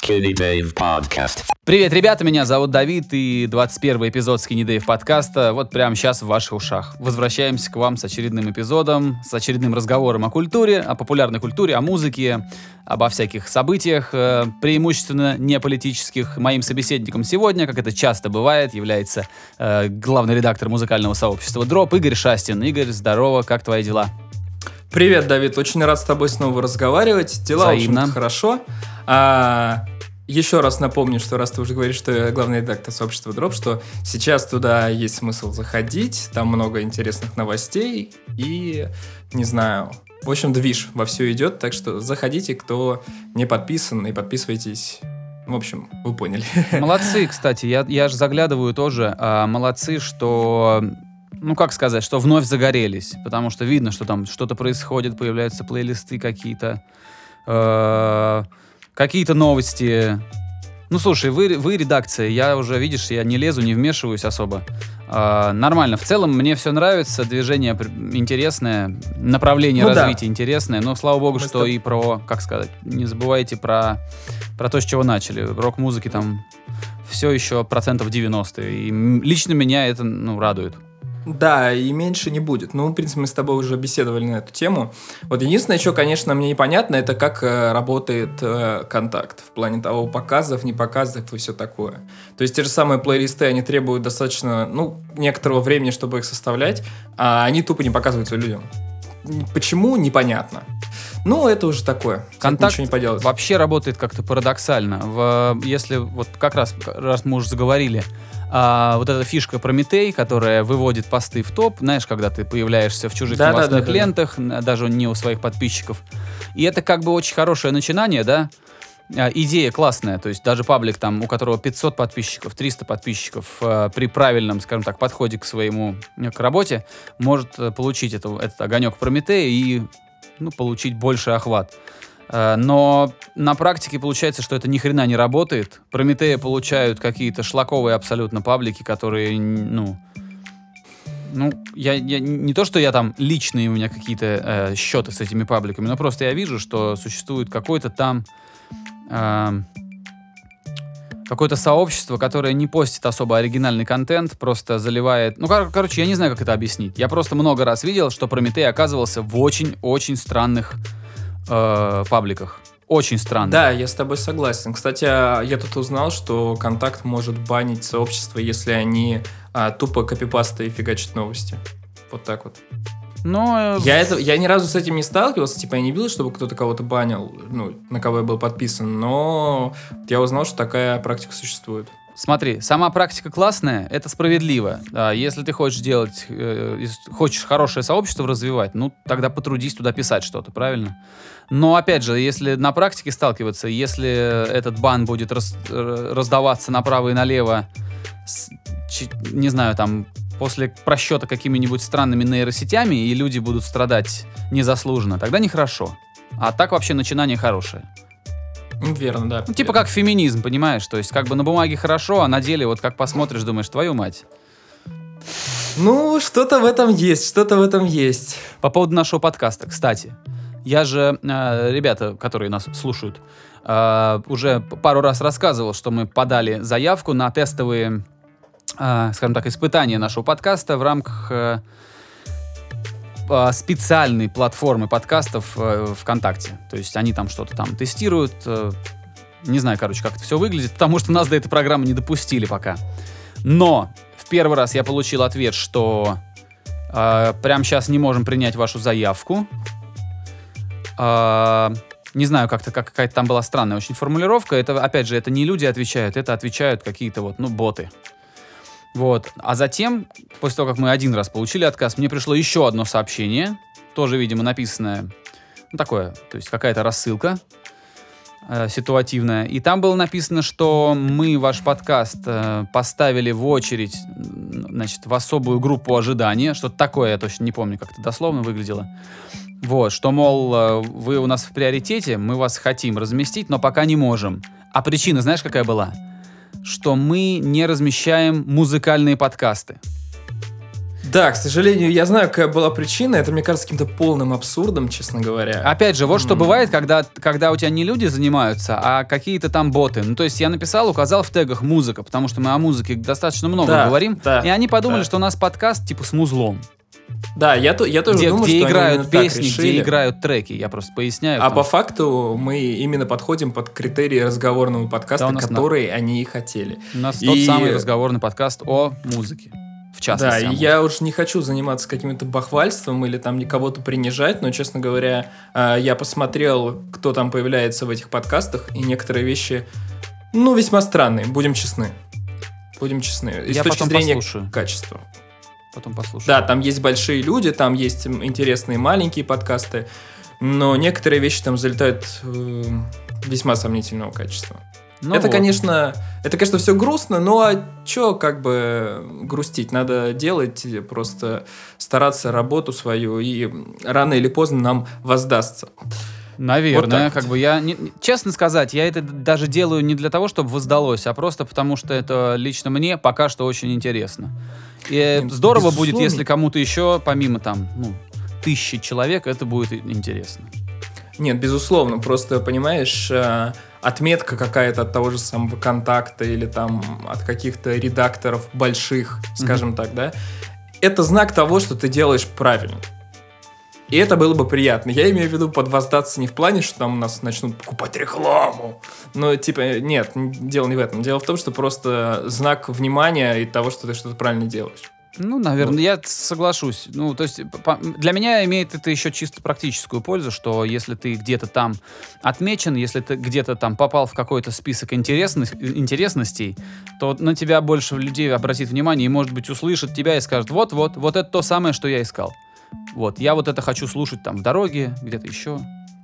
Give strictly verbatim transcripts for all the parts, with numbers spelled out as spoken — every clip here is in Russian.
Skinny Dave Podcast. Привет, ребята, меня зовут Давид, и двадцать первый эпизод Skinny Dave подкаста вот прямо сейчас в ваших ушах. Возвращаемся к вам с очередным эпизодом, с очередным разговором о культуре, о популярной культуре, о музыке, обо всяких событиях, э, преимущественно не политических. Моим собеседником сегодня, как это часто бывает, является э, главный редактор музыкального сообщества Дроп Игорь Шастин. Игорь, здорово, как твои дела? Привет, Давид, очень рад с тобой снова разговаривать. Дела, Взаимно. в общем-то, хорошо. А, еще раз напомню, что раз ты уже говоришь, что я главный редактор сообщества Дроп, что сейчас туда есть смысл заходить, там много интересных новостей и, не знаю, в общем, движ вовсю идет, так что заходите, кто не подписан, и подписывайтесь. В общем, вы поняли. Молодцы, кстати, я, я же заглядываю тоже. А, молодцы, что... Ну, как сказать, что вновь загорелись, потому что видно, что там что-то происходит, появляются плейлисты какие-то, э, какие-то новости. Ну, слушай, вы, вы редакция, я уже, видишь, я не лезу, не вмешиваюсь особо. Э, нормально. В целом мне все нравится, движение интересное, направление ну, развития да. интересное, но, слава богу, Мы что стоп... и про, как сказать, не забывайте про, про то, с чего начали. Рок-музыки там все еще процентов девяносто, и лично меня это, ну, радует. Да, и меньше не будет. Ну, в принципе, мы с тобой уже беседовали на эту тему. Вот единственное, что, конечно, мне непонятно, это как э, работает э, контакт в плане того, показов, не показов и все такое. То есть те же самые плейлисты, они требуют достаточно, ну, некоторого времени, чтобы их составлять, а они тупо не показываются людям. Почему? Непонятно. Ну, это уже такое. Контакт ничего не поделать. Вообще работает как-то парадоксально. В, если вот как раз, раз мы уже заговорили, а, вот эта фишка Прометей, которая выводит посты в топ, знаешь, когда ты появляешься в чужих да, новостных да, да, лентах, да. даже не у своих подписчиков. И это как бы очень хорошее начинание, да? А, идея классная, то есть даже паблик, там, у которого пятьсот подписчиков, триста подписчиков, э, при правильном, скажем так, подходе к своему, к работе, может получить это, этот огонек Прометея и, ну, получить больший охват. Но на практике получается, что это ни хрена не работает. Прометея получают какие-то шлаковые абсолютно паблики, которые, ну... Ну, я, я не то, что я там личные у меня какие-то э, счеты с этими пабликами, но просто я вижу, что существует какой-то там... Э, какое-то сообщество, которое не постит особо оригинальный контент, просто заливает... Ну, кор- короче, я не знаю, как это объяснить. Я просто много раз видел, что Прометей оказывался в очень-очень странных э, пабликах. Очень странно. Да, я с тобой согласен. Кстати, я тут узнал, что Контакт может банить сообщество, если они а, тупо копипастой фигачат новости. Вот так вот. Но... Я, это, я ни разу с этим не сталкивался, типа я не видел, чтобы кто-то кого-то банил, ну, на кого я был подписан, но я узнал, что такая практика существует. Смотри, сама практика классная, это справедливо. А если ты хочешь делать, э, хочешь хорошее сообщество развивать, ну, тогда потрудись туда писать что-то, правильно? Но, опять же, если на практике сталкиваться, если этот бан будет раз, раздаваться направо и налево, с, ч, не знаю, там, после просчета какими-нибудь странными нейросетями, и люди будут страдать незаслуженно, тогда нехорошо. А так вообще начинание хорошее. Верно, да. Ну, типа как феминизм, понимаешь? То есть как бы на бумаге хорошо, а на деле вот как посмотришь, думаешь, твою мать. Ну, что-то в этом есть, что-то в этом есть. По поводу нашего подкаста, кстати. Я же, э, ребята, которые нас слушают, э, уже пару раз рассказывал, что мы подали заявку на тестовые, э, скажем так, испытания нашего подкаста в рамках э, специальной платформы подкастов э, ВКонтакте. То есть они там что-то там тестируют. Э, не знаю, короче, как это все выглядит, потому что нас до этой программы не допустили пока. Но в первый раз я получил ответ, что э, прямо сейчас не можем принять вашу заявку. Э, не знаю, как-то как, какая-то там была странная очень формулировка. Это, опять же, это не люди отвечают, это отвечают какие-то вот, ну, боты. Вот. А затем, после того, как мы один раз получили отказ, мне пришло еще одно сообщение, тоже, видимо, написанное, ну, такое, то есть какая-то рассылка э, ситуативная. И там было написано, что мы ваш подкаст э, поставили в очередь, значит, в особую группу ожидания. Что-то такое, я точно не помню, как это дословно выглядело. Вот, что, мол, вы у нас в приоритете, мы вас хотим разместить, но пока не можем. А причина, знаешь, какая была? Что мы не размещаем музыкальные подкасты. Да, к сожалению, я знаю, какая была причина. Это, мне кажется, каким-то полным абсурдом, честно говоря. Опять же, вот что бывает, когда, когда у тебя не люди занимаются, а какие-то там боты. Ну, то есть я написал, указал в тегах музыка, потому что мы о музыке достаточно много Да, говорим, да, и они подумали, да. что у нас подкаст типа с музлом. Да, я, то- я тоже Где, думаю, где что играют они именно так песни, решили. где играют треки, я просто поясняю. А потому по что- факту мы именно подходим под критерии разговорного подкаста, Да, у нас которые они и хотели. У нас И- тот самый разговорный подкаст о музыке, в частности. Да, о и музыке. я уж не хочу заниматься каким-то бахвальством или там кого-то принижать, но, честно говоря, э, я посмотрел, кто там появляется в этих подкастах, и некоторые вещи, ну, весьма странные, будем честны. Будем честны. И Я с точки потом зрения послушаю. качества. Потом послушаю. Да, там есть большие люди, там есть м, интересные маленькие подкасты, но некоторые вещи там залетают э, весьма сомнительного качества. Ну это, вот. конечно, это, конечно, все грустно, но а чё как бы грустить? Надо делать, просто стараться работу свою, и рано или поздно нам воздастся. Наверное, Вот так как бы я, не- не- честно сказать, я это даже делаю не для того, чтобы воздалось, а просто потому, что это лично мне пока что очень интересно. И Нет, здорово безусловно. будет, если кому-то еще, помимо там, ну, тысячи человек, это будет и- интересно. Нет, безусловно, просто, понимаешь, э, отметка какая-то от того же самого контакта или там от каких-то редакторов больших, скажем так, да, это знак того, что ты делаешь правильно. И это было бы приятно. Я имею в виду подвоздаться не в плане, что там у нас начнут покупать рекламу. Но, типа, нет, дело не в этом. Дело в том, что просто знак внимания и того, что ты что-то правильно делаешь. Ну, наверное, я соглашусь. Ну, то есть по- для меня имеет это еще чисто практическую пользу, что если ты где-то там отмечен, если ты где-то там попал в какой-то список интересных, интересностей, то на тебя больше людей обратит внимание и, может быть, услышит тебя и скажет: вот-вот, вот это то самое, что я искал. Вот, я вот это хочу слушать там в дороге, где-то еще.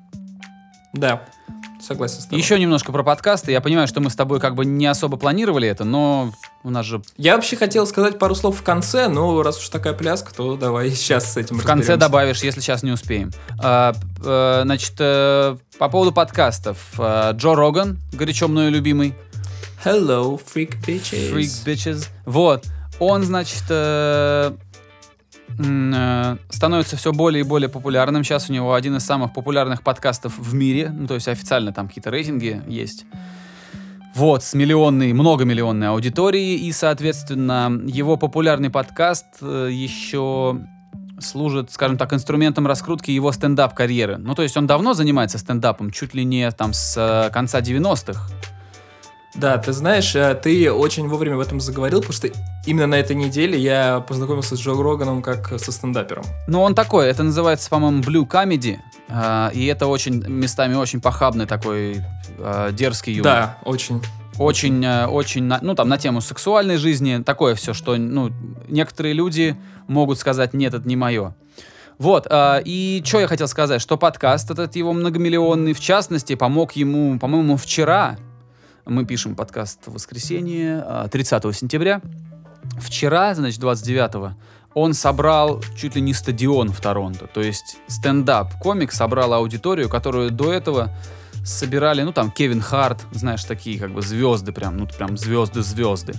Да, согласен с тобой. Еще немножко про подкасты. Я понимаю, что мы с тобой как бы не особо планировали это, но у нас же Я вообще хотел сказать пару слов в конце, но раз уж такая пляска, то давай сейчас с этим в конце разберемся. добавишь, если сейчас не успеем. А, э, значит, э, по поводу подкастов. Э, Джо Роган, горячо мною любимый. Hello, freak bitches. Freak bitches. Вот. Он, значит, э, м, э, становится все более и более популярным. Сейчас у него один из самых популярных подкастов в мире. Ну, то есть официально там какие-то рейтинги есть. Вот, с миллионной, многомиллионной аудиторией. И, соответственно, его популярный подкаст э, еще служит, скажем так, инструментом раскрутки его стендап-карьеры. Ну, то есть он давно занимается стендапом, чуть ли не там с э, конца девяностых. Да, ты знаешь, э, ты очень вовремя в этом заговорил, потому что именно на этой неделе я познакомился с Джо Роганом как со стендапером. Ну, он такой, это называется, по-моему, Blue Comedy, э, и это очень, местами очень похабный такой э, дерзкий юмор. Да, очень. Очень, э, очень, на- ну, там, на тему сексуальной жизни, такое все, что, ну, некоторые люди могут сказать: нет, это не мое. Вот, э, и что я хотел сказать, что подкаст этот его многомиллионный, в частности, помог ему, по-моему, вчера, мы пишем подкаст в воскресенье, э, тридцатого сентября, вчера, значит, двадцать девятого, он собрал чуть ли не стадион в Торонто, то есть стендап-комик собрал аудиторию, которую до этого собирали, ну, там, Кевин Харт, знаешь, такие, как бы, звезды прям, ну, прям звезды-звезды.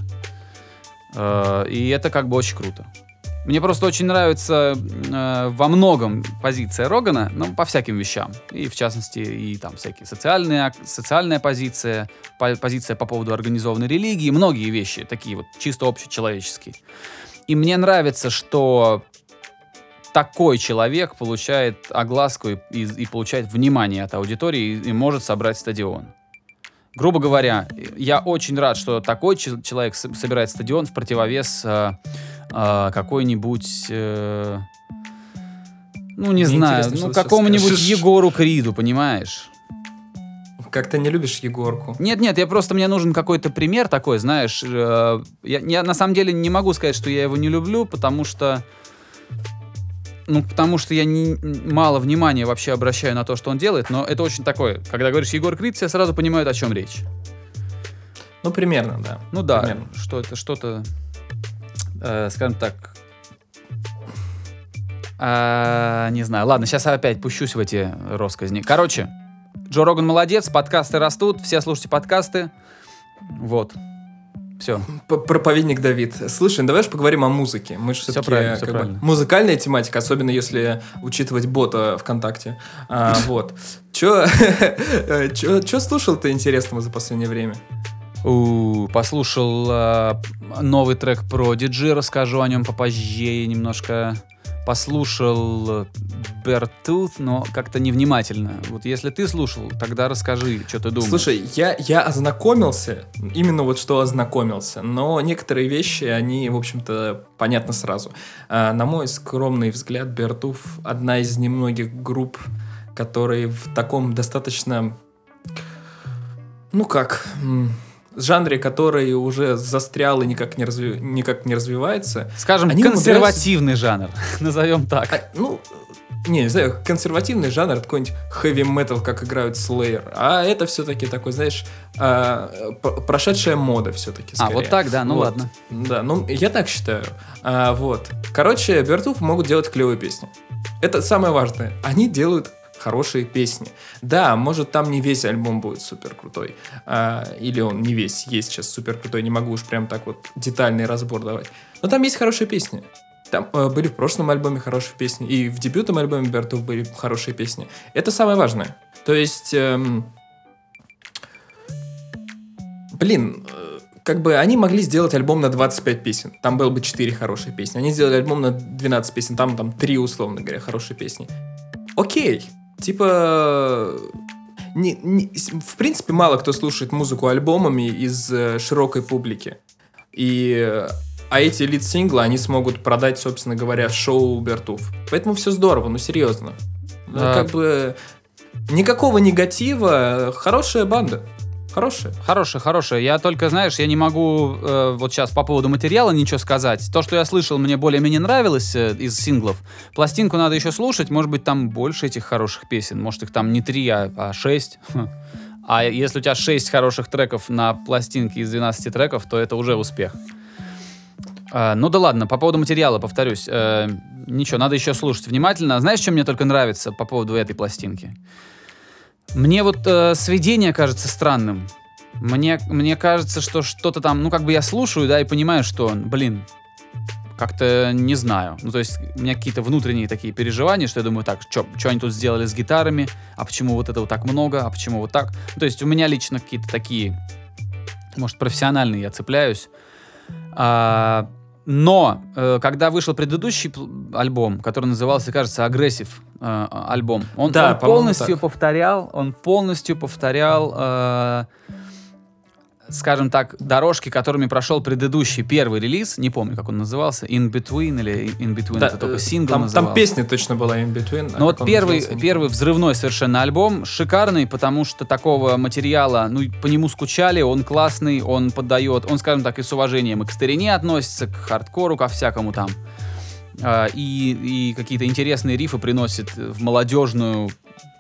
Э, И это, как бы, очень круто. Мне просто очень нравится э, во многом позиция Рогана, ну, по всяким вещам. И, в частности, и там всякие социальные, ак- социальная позиция, по- позиция по поводу организованной религии, многие вещи такие вот чисто общечеловеческие. И мне нравится, что такой человек получает огласку и, и- и получает внимание от аудитории и, и может собрать стадион. Грубо говоря, я очень рад, что такой ч- человек с- собирает стадион в противовес э, э, какой-нибудь, э, ну, не Мне знаю, интересно, что ну, ты сейчас какому-нибудь скажешь. Егору Криду, понимаешь? Как ты не любишь Егорку? Нет, нет, я просто, мне нужен какой-то пример такой, знаешь. э, я, я на самом деле не могу сказать, что я его не люблю, потому что, ну, потому что я не, мало внимания вообще обращаю на то, что он делает, но это очень такое. Когда говоришь Егор Крид, все сразу понимают, о чем речь. Ну, примерно, да. Ну да, Примерно. что это, что-то, э, скажем так, э, не знаю. Ладно, сейчас опять пущусь в эти россказни. Короче, Джо Роган молодец, подкасты растут, все слушайте подкасты. Вот. Все. Проповедник Давид. Слушай, ну давай же поговорим о музыке. Мы же все-таки правильно, всё как бы, правильно. музыкальная тематика, особенно если учитывать бота ВКонтакте. А, вот. Че слушал ты интересного за последнее время? У, послушал э, новый трек про диджей, расскажу о нем попозже немножко. Послушал Beartooth, но как-то невнимательно. Вот если ты слушал, тогда расскажи, что ты думаешь. Слушай, я, я ознакомился, именно вот что ознакомился, но некоторые вещи, они, в общем-то, понятны сразу. А, на мой скромный взгляд, Beartooth — одна из немногих групп, которые в таком достаточно, ну как... жанре, который уже застрял и никак не, разви... никак не развивается. Скажем, они консервативный жанр, назовем так. А, ну, не, не знаю, консервативный жанр, какой-нибудь heavy metal, как играют Slayer. А это все-таки такой, знаешь, а, прошедшая мода все-таки. А, вот так, да, ну вот. ладно. Да, ну я так считаю. А, вот. Короче, Beartooth могут делать клевые песни. Это самое важное. Они делают хорошие песни. Да, может, там не весь альбом будет супер крутой, а, или он не весь есть сейчас супер крутой, не могу уж прям так вот детальный разбор давать. Но там есть хорошие песни. Там э, были в прошлом альбоме хорошие песни, и в дебютном альбоме Beartooth были хорошие песни. Это самое важное. То есть, эм, блин, э, как бы они могли сделать альбом на двадцать пять песен, там было бы четыре хорошие песни. Они сделали альбом на двенадцать песен, там, там три, условно говоря, хорошие песни. Окей. Типа, не, не, в принципе, мало кто слушает музыку альбомами из э, широкой публики. И, а эти лид-синглы, они смогут продать, собственно говоря, шоу Beartooth. Поэтому все здорово, ну серьезно. Да. Как бы никакого негатива, хорошая банда. Хорошая. Хорошая, хорошая. Я только, знаешь, я не могу э, вот сейчас по поводу материала ничего сказать. То, что я слышал, мне более-менее нравилось э, из синглов. Пластинку надо еще слушать. Может быть, там больше этих хороших песен. Может, их там не три, а, а шесть. А если у тебя шесть хороших треков на пластинке из двенадцати треков, то это уже успех. Э, ну да ладно, по поводу материала, повторюсь. Э, ничего, надо еще слушать внимательно. Знаешь, что мне только нравится по поводу этой пластинки? Мне вот э, сведение кажется странным. Мне, мне кажется, что что-то там, ну, как бы я слушаю, да, и понимаю, что, блин, как-то не знаю. Ну, то есть у меня какие-то внутренние такие переживания, что я думаю, так, что они тут сделали с гитарами, а почему вот этого так много, а почему вот так. Ну, то есть у меня лично какие-то такие, может, профессиональные я цепляюсь. А, но, э, когда вышел предыдущий альбом, который назывался, кажется, «Aggressive», э, альбом, он, да, он полностью так. повторял, он полностью повторял, э, скажем так, дорожки, которыми прошел предыдущий первый релиз, не помню, как он назывался, In Between или In Between, Да, это только сингл там, назывался. там песня точно была In Between. Ну а вот первый, первый назывался? взрывной совершенно альбом, шикарный, потому что такого материала, ну, по нему скучали, он классный, он поддает, он, скажем так, и с уважением и к старине относится, к хардкору, ко всякому там. А, и, и какие-то интересные рифы приносит в молодежную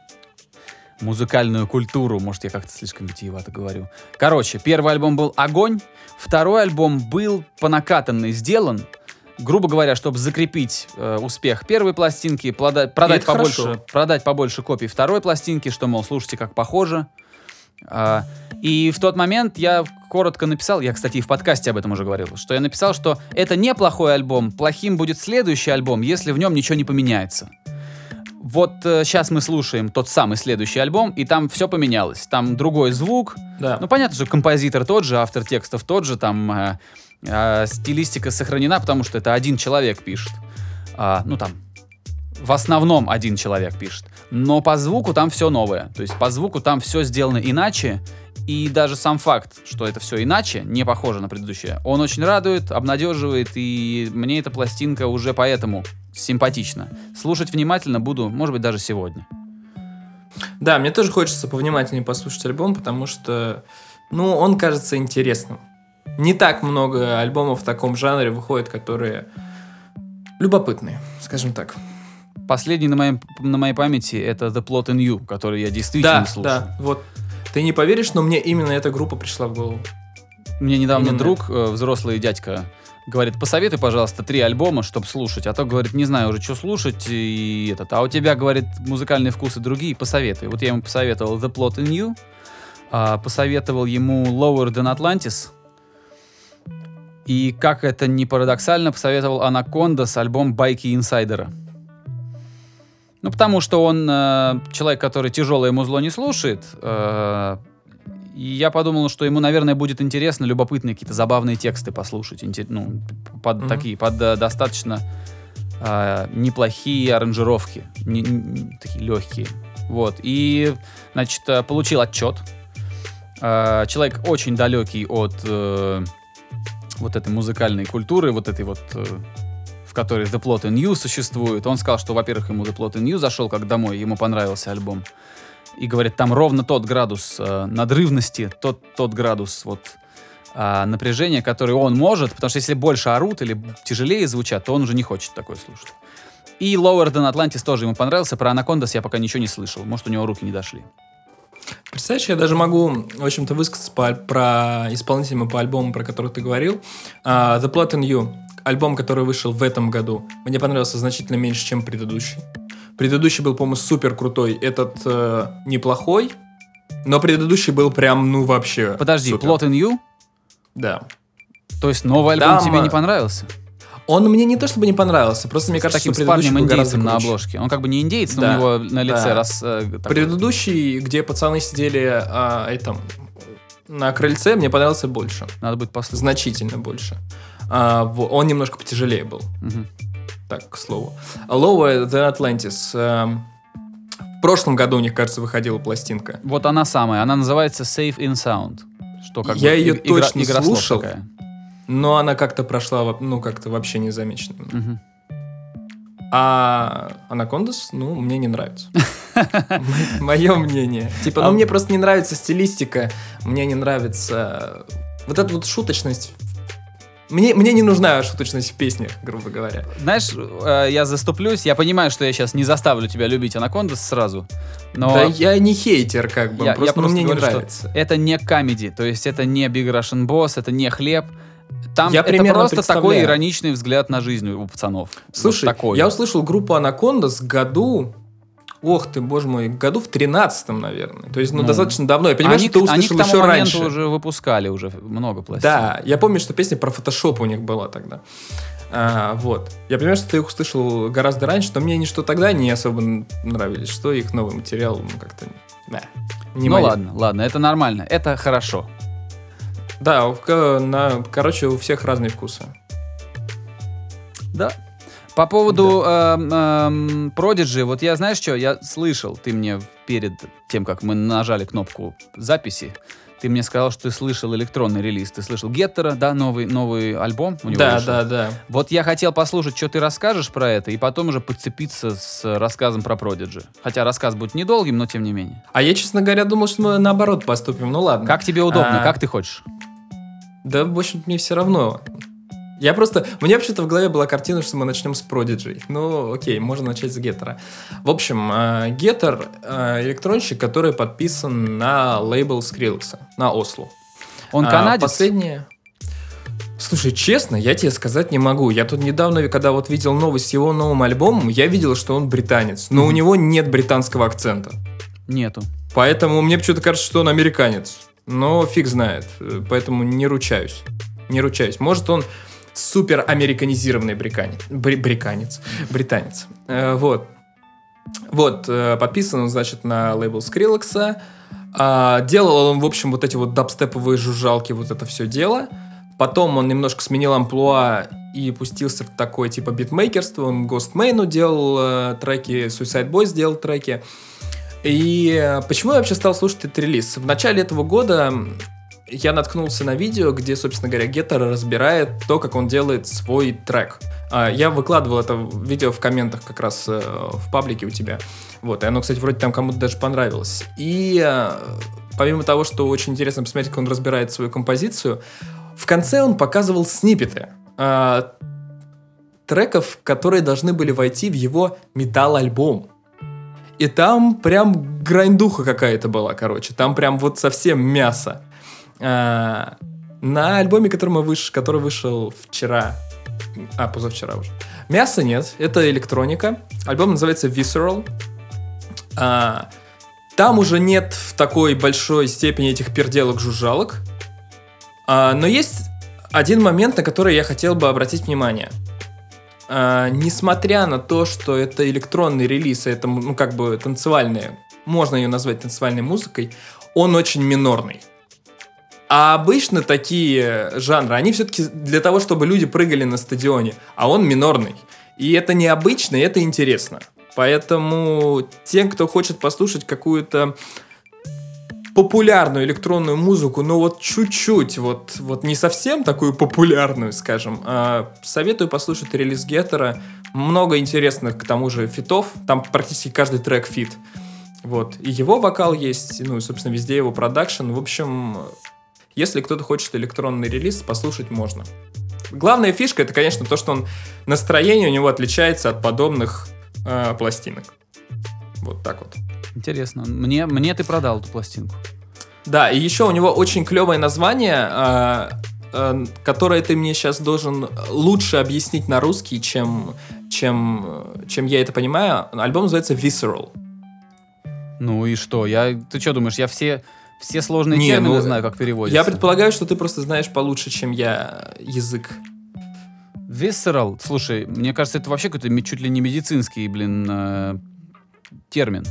музыкальную культуру. Может, я как-то слишком витиевато говорю. Короче, первый альбом был огонь, второй альбом был по накатанной сделан, грубо говоря, чтобы закрепить э, успех первой пластинки, плода- продать, побольше, продать побольше копий второй пластинки, что, мол, слушайте, как похоже. А, и в тот момент я коротко написал, я, кстати, и в подкасте об этом уже говорил, что я написал, что это неплохой альбом, плохим будет следующий альбом, если в нем ничего не поменяется. Вот э, сейчас мы слушаем тот самый следующий альбом, и там все поменялось. Там другой звук. Да. Ну, понятно, что композитор тот же, автор текстов тот же, там э, э, стилистика сохранена, потому что это один человек пишет. А, ну, там, в основном один человек пишет. Но по звуку там все новое. То есть по звуку там все сделано иначе. И даже сам факт, что это все иначе, не похоже на предыдущее, он очень радует, обнадеживает, и мне эта пластинка уже поэтому симпатична. Слушать внимательно буду, может быть, даже сегодня. Да, мне тоже хочется повнимательнее послушать альбом, потому что, ну, он кажется интересным. Не так много альбомов в таком жанре выходит, которые любопытные, скажем так. Последний на моей, на моей памяти это The Plot in You, который я действительно да, слушал. Да, вот. Ты не поверишь, но мне именно эта группа пришла в голову. Мне недавно Именно друг, э, взрослый дядька, говорит, посоветуй, пожалуйста, три альбома, чтобы слушать. А то, говорит, не знаю уже, что слушать. И этот. А у тебя, говорит, музыкальные вкусы другие, посоветуй. Вот я ему посоветовал The Plot in You, а, посоветовал ему Lower Than Atlantis. И, как это ни парадоксально, посоветовал Анакондас альбом «Байки инсайдера». Ну, потому что он э, человек, который тяжелое музло не слушает. Э, и я подумал, что ему, наверное, будет интересно любопытные какие-то забавные тексты послушать. Интер- ну, под, mm-hmm. такие, под э, достаточно э, неплохие аранжировки. Не, не, такие легкие. Вот. И, значит, получил отчет. Э, человек очень далекий от э, вот этой музыкальной культуры, вот этой вот... Э, в которой The Plot in You существует. Он сказал, что, во-первых, ему The Plot in You зашел как домой, ему понравился альбом. И говорит, там ровно тот градус э, надрывности, тот, тот градус вот, э, напряжения, который он может, потому что если больше орут или тяжелее звучат, то он уже не хочет такое слушать. И Lower Than Atlantis тоже ему понравился. Про Анакондас я пока ничего не слышал. Может, у него руки не дошли. Представляешь, я даже могу, в общем-то, высказаться по, про исполнителя по альбому, про который ты говорил. Uh, The Plot in You. Альбом, который вышел в этом году, мне понравился значительно меньше, чем предыдущий. Предыдущий был, по-моему, супер крутой. Этот э, неплохой, но предыдущий был прям, ну, вообще Подожди, супер. Plot in You? Да. То есть новый альбом Там, тебе не понравился? Он мне не то чтобы не понравился, просто мне С кажется, таким что предыдущий был гораздо парнем-индейцем на круче. обложке. Он как бы не индейец, но Да, у него на лице да. раз... Э, такой... Предыдущий, где пацаны сидели а, этом, на крыльце, мне понравился больше. Надо будет послушать. Значительно больше. А, в, он немножко потяжелее был. Угу. Так, к слову. Lower Than Atlantis. Эм, в прошлом году, у них, кажется, выходила пластинка. Вот она самая. Она называется Safe in Sound. Что как Я бы ее и- игра- точно игра слов слушал. такая. Но она как-то прошла, ну, как-то вообще незамеченной. Мгм. А Анакондас, ну, мне не нравится. Мое мнение. Типа, ну, мне просто не нравится стилистика, мне не нравится вот эта вот шуточность. Мне, мне не нужна шуточность в песнях, грубо говоря. Знаешь, э, я заступлюсь. Я понимаю, что я сейчас не заставлю тебя любить Анакондас сразу. Но Да я не хейтер, как бы, я, просто, я ну, мне не говорю, что нравится. это не комедий. То есть это не Big Russian Boss, это не хлеб. Там Я это примерно просто такой представляю. ироничный взгляд на жизнь у пацанов. Слушай, Вот такой. я услышал группу Анакондас году... Ох ты, боже мой, году в тринадцатом, наверное. То есть, ну, Ну, достаточно давно. Я понимаю, они, что ты они услышал к тому еще моменту раньше. уже выпускали уже много пластинок. Да, я помню, что песня про фотошоп у них была тогда. А, вот. Я понимаю, что ты их услышал гораздо раньше, но мне они что тогда не особо нравились, что их новый материал, ну, как-то... Да, не ну моё. ладно, ладно, это нормально, это хорошо. Да, у- к- на, короче, у всех разные вкусы. Да. По поводу эм, эм, Prodigy, вот я, знаешь что, я слышал, ты мне перед тем, как мы нажали кнопку записи, ты мне сказал, что ты слышал электронный релиз. Ты слышал Геттера, да, новый, новый альбом у него Да, вышел? да, да. Вот я хотел послушать, что ты расскажешь про это, и потом уже подцепиться с рассказом про Prodigy. Хотя рассказ будет недолгим, но тем не менее. А я, честно говоря, думал, что мы наоборот поступим. Ну ладно. Как тебе удобно, А, как ты хочешь? Да, в общем, мне все равно. Я просто... У меня вообще-то в голове была картина, что мы начнем с Prodigy. Ну, окей, можно начать с Геттера. В общем, э, Геттер э, электронщик, который подписан на лейбл Skrillex, на Осло. Он А, канадец? Последнее... Слушай, честно, я тебе сказать не могу. Я тут недавно, когда вот видел новость с его новым альбомом, я видел, что он британец. Но у него нет британского акцента. Нету. Поэтому мне почему-то кажется, что он американец. Но фиг знает. Поэтому не ручаюсь. Не ручаюсь. Может, он супер американизированный бриканец. Бри- бриканец. Британец. Э, вот. Вот. Э, подписан он, значит, на лейбл Skrillex. А, делал он, в общем, вот эти вот дабстеповые жужжалки, вот это все дело. Потом он немножко сменил амплуа и пустился в такое типа битмейкерство. Он Ghostmane'у делал э, треки, Suicide Boys делал треки. И э, почему я вообще стал слушать этот релиз? В начале этого года я наткнулся на видео, где, собственно говоря, Геттер разбирает то, как он делает свой трек. А, я выкладывал это видео в комментах как раз э, в паблике у тебя. Вот, и оно, кстати, вроде там кому-то даже понравилось. И э, помимо того, что очень интересно посмотреть, как он разбирает свою композицию, в конце он показывал сниппеты э, треков, которые должны были войти в его металл-альбом. И там прям грайндуха какая-то была, короче. Там прям вот совсем мясо. А, на альбоме, который, мы выш... который вышел вчера, а, позавчера уже, мяса нет, это электроника. Альбом называется Visceral. А, там уже нет в такой большой степени этих перделок-жужжалок. А, но есть один момент, на который я хотел бы обратить внимание. А, несмотря на то, что это электронный релиз, это, ну, как бы танцевальная, можно ее назвать танцевальной музыкой, он очень минорный. А обычно такие жанры, они все-таки для того, чтобы люди прыгали на стадионе, а он минорный. И это необычно, и это интересно. Поэтому тем, кто хочет послушать какую-то популярную электронную музыку, но вот чуть-чуть, вот, вот не совсем такую популярную, скажем, а советую послушать релиз Геттера. Много интересных, к тому же, фитов. Там практически каждый трек фит. Вот. И его вокал есть, ну и, собственно, везде его продакшн. В общем, если кто-то хочет электронный релиз, послушать можно. Главная фишка — это, конечно, то, что он, настроение у него отличается от подобных э, пластинок. Вот так вот. Интересно. Мне, мне ты продал эту пластинку. Да, и еще у него очень клевое название, э, э, которое ты мне сейчас должен лучше объяснить на русский, чем, чем, чем я это понимаю. Альбом называется Visceral. Ну и что? Я, ты что думаешь, я все, все сложные Не, термины ну, знаю, как переводятся? Я предполагаю, что ты просто знаешь получше, чем я, язык. Visceral, слушай, мне кажется, это вообще какой-то ми- чуть ли не медицинский, блин, э, термин.